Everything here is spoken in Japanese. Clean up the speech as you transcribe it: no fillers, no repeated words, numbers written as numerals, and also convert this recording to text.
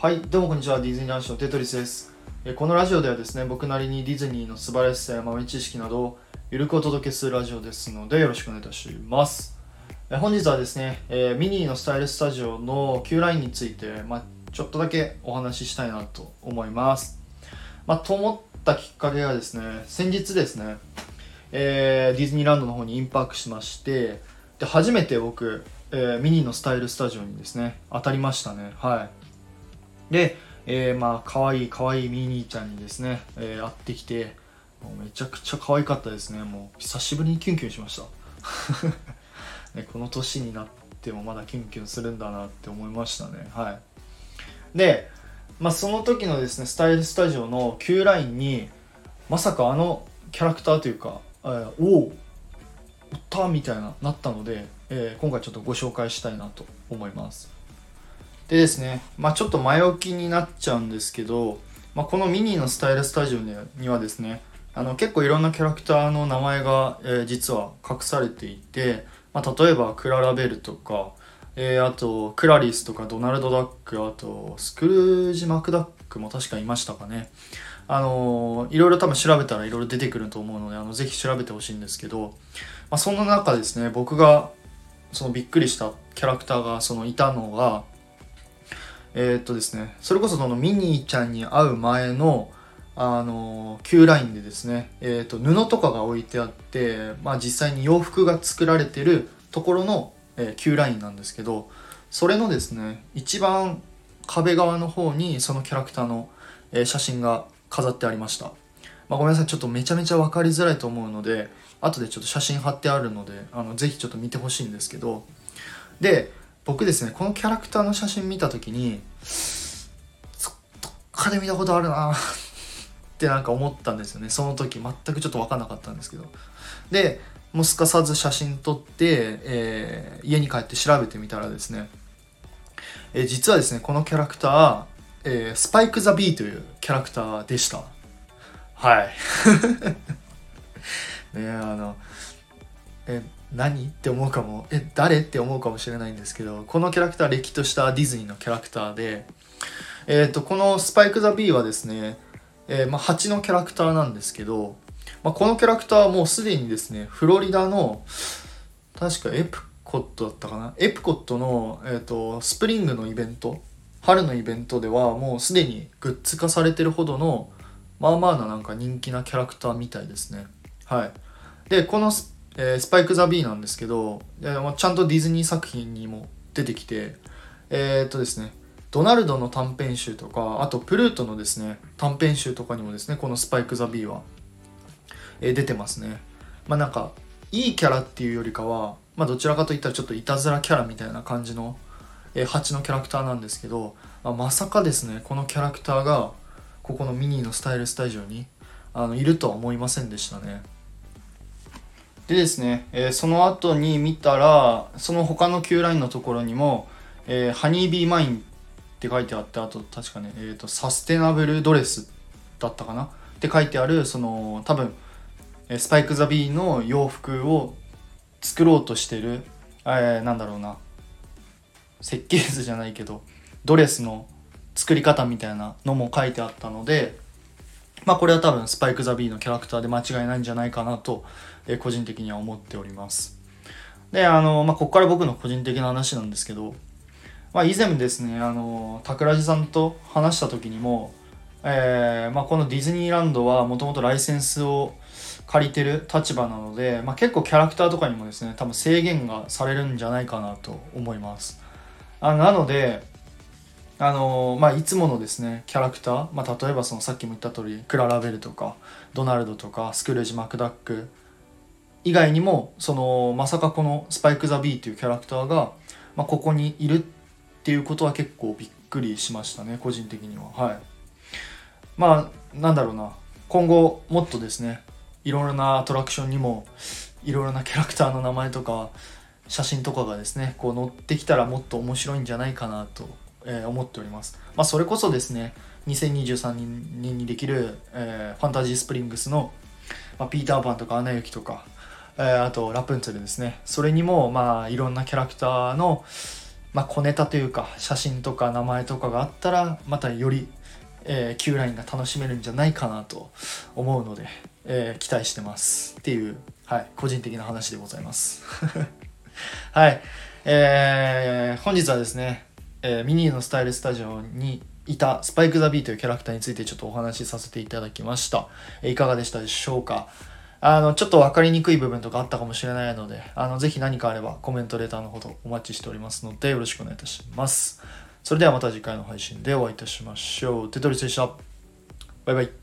はい、どうもこんにちは。ディズニーランドのテトリスです。このラジオではですね、僕なりにディズニーの素晴らしさや豆知識などをゆるくお届けするラジオですので、よろしくお願いいたします。本日はですね、ミニーのスタイルスタジオの Q ラインについて、ちょっとだけお話ししたいなと思います。と思ったきっかけがですね、先日ですね、ディズニーランドの方にインパークしまして、で初めて僕、ミニーのスタイルスタジオにですね、当たりましたね。はい。で、可愛いミニーちゃんにですね、会ってきて、もうめちゃくちゃ可愛かったですね。もう久しぶりにキュンキュンしました、この年になってもまだキュンキュンするんだなって思いましたね。はい。で、その時のですね、スタイルスタジオの Q ラインにまさかあのキャラクターというか、おったみたいなったので、今回ちょっとご紹介したいなと思います。でですね、ちょっと前置きになっちゃうんですけど、このミニーのスタイルスタジオにはですね、結構いろんなキャラクターの名前が、実は隠されていて、例えばクララベルとか、あとクラリスとかドナルドダック、あとスクルージ・マクダックも確かいましたかね。いろいろ多分調べたらいろいろ出てくると思うので、ぜひ調べてほしいんですけど、そんな中ですね、僕がそのびっくりしたキャラクターがいたのが、ですね、それこそそのミニーちゃんに会う前のQ ラインでですね、布とかが置いてあって、実際に洋服が作られてるところの、Q ラインなんですけど、それのですね、一番壁側の方にそのキャラクターの、写真が飾ってありました。ごめんなさい、ちょっとめちゃめちゃ分かりづらいと思うので、後でちょっと写真貼ってあるので、ぜひちょっと見てほしいんですけど、で、僕ですね、このキャラクターの写真見た時に、どっかで見たことあるなって思ったんですよね。その時全くちょっと分かんなかったんですけど、でもうすかさず写真撮って、家に帰って調べてみたらですね、実はですね、このキャラクター、スパイク・ザ・ビーというキャラクターでした。はい何って思うかも、誰って思うかもしれないんですけど、このキャラクターはれっきとしたディズニーのキャラクターで、このスパイク・ザ・ビーはですね、蜂のキャラクターなんですけど、このキャラクターはもうすでにですね、フロリダの確かエプコットだったかな、エプコットの、スプリングのイベント、春のイベントではもうすでにグッズ化されてるほどのな人気なキャラクターみたいですね。はい。でこのスパイク・ザ・ビーなんですけど、ちゃんとディズニー作品にも出てきて、ですね、ドナルドの短編集とか、あとプルートのですね短編集とかにもですね、このスパイク・ザ・ビーは、出てますね。いいキャラっていうよりかは、どちらかといったらちょっといたずらキャラみたいな感じの、蜂のキャラクターなんですけど、まさかですね、このキャラクターがここのミニーのスタイルスタジオにいるとは思いませんでしたね。でですね、その後に見たら、その他の Q ラインのところにも、ハニービーマインって書いてあって、あと確かね、サステナブルドレスだったかなって書いてある、多分スパイク・ザ・ビーの洋服を作ろうとしてる、設計図じゃないけどドレスの作り方みたいなのも書いてあったので、これは多分スパイク・ザ・ビーのキャラクターで間違いないんじゃないかなと、個人的には思っております。でここから僕の個人的な話なんですけど、以前ですね、タクラジさんと話した時にも、このディズニーランドはもともとライセンスを借りてる立場なので、結構キャラクターとかにもですね、多分制限がされるんじゃないかなと思います。なのでいつものですねキャラクター、例えばさっきも言った通りクララベルとかドナルドとかスクルージ・マクダック以外にも、まさかこのスパイク・ザ・ビーというキャラクターが、ここにいるっていうことは結構びっくりしましたね、個人的には。はい。今後もっとですね、いろいろなアトラクションにもいろいろなキャラクターの名前とか写真とかがですね載ってきたらもっと面白いんじゃないかなと、思っております。それこそですね、2023年にできる、ファンタジースプリングスの、ピーターパンとかアナ雪とか、あとラプンツェルですね、それにもいろんなキャラクターの小ネタというか写真とか名前とかがあったらまたより、Q ラインが楽しめるんじゃないかなと思うので、期待してますっていう、個人的な話でございますはい、本日はですね、ミニーのスタイルスタジオにいたスパイク・ザ・ビーというキャラクターについてちょっとお話しさせていただきました。いかがでしたでしょうか。ちょっと分かりにくい部分とかあったかもしれないので、ぜひ何かあればコメント、レターのほどお待ちしておりますので、よろしくお願いいたします。それではまた次回の配信でお会いいたしましょう。テトリスでした。バイバイ。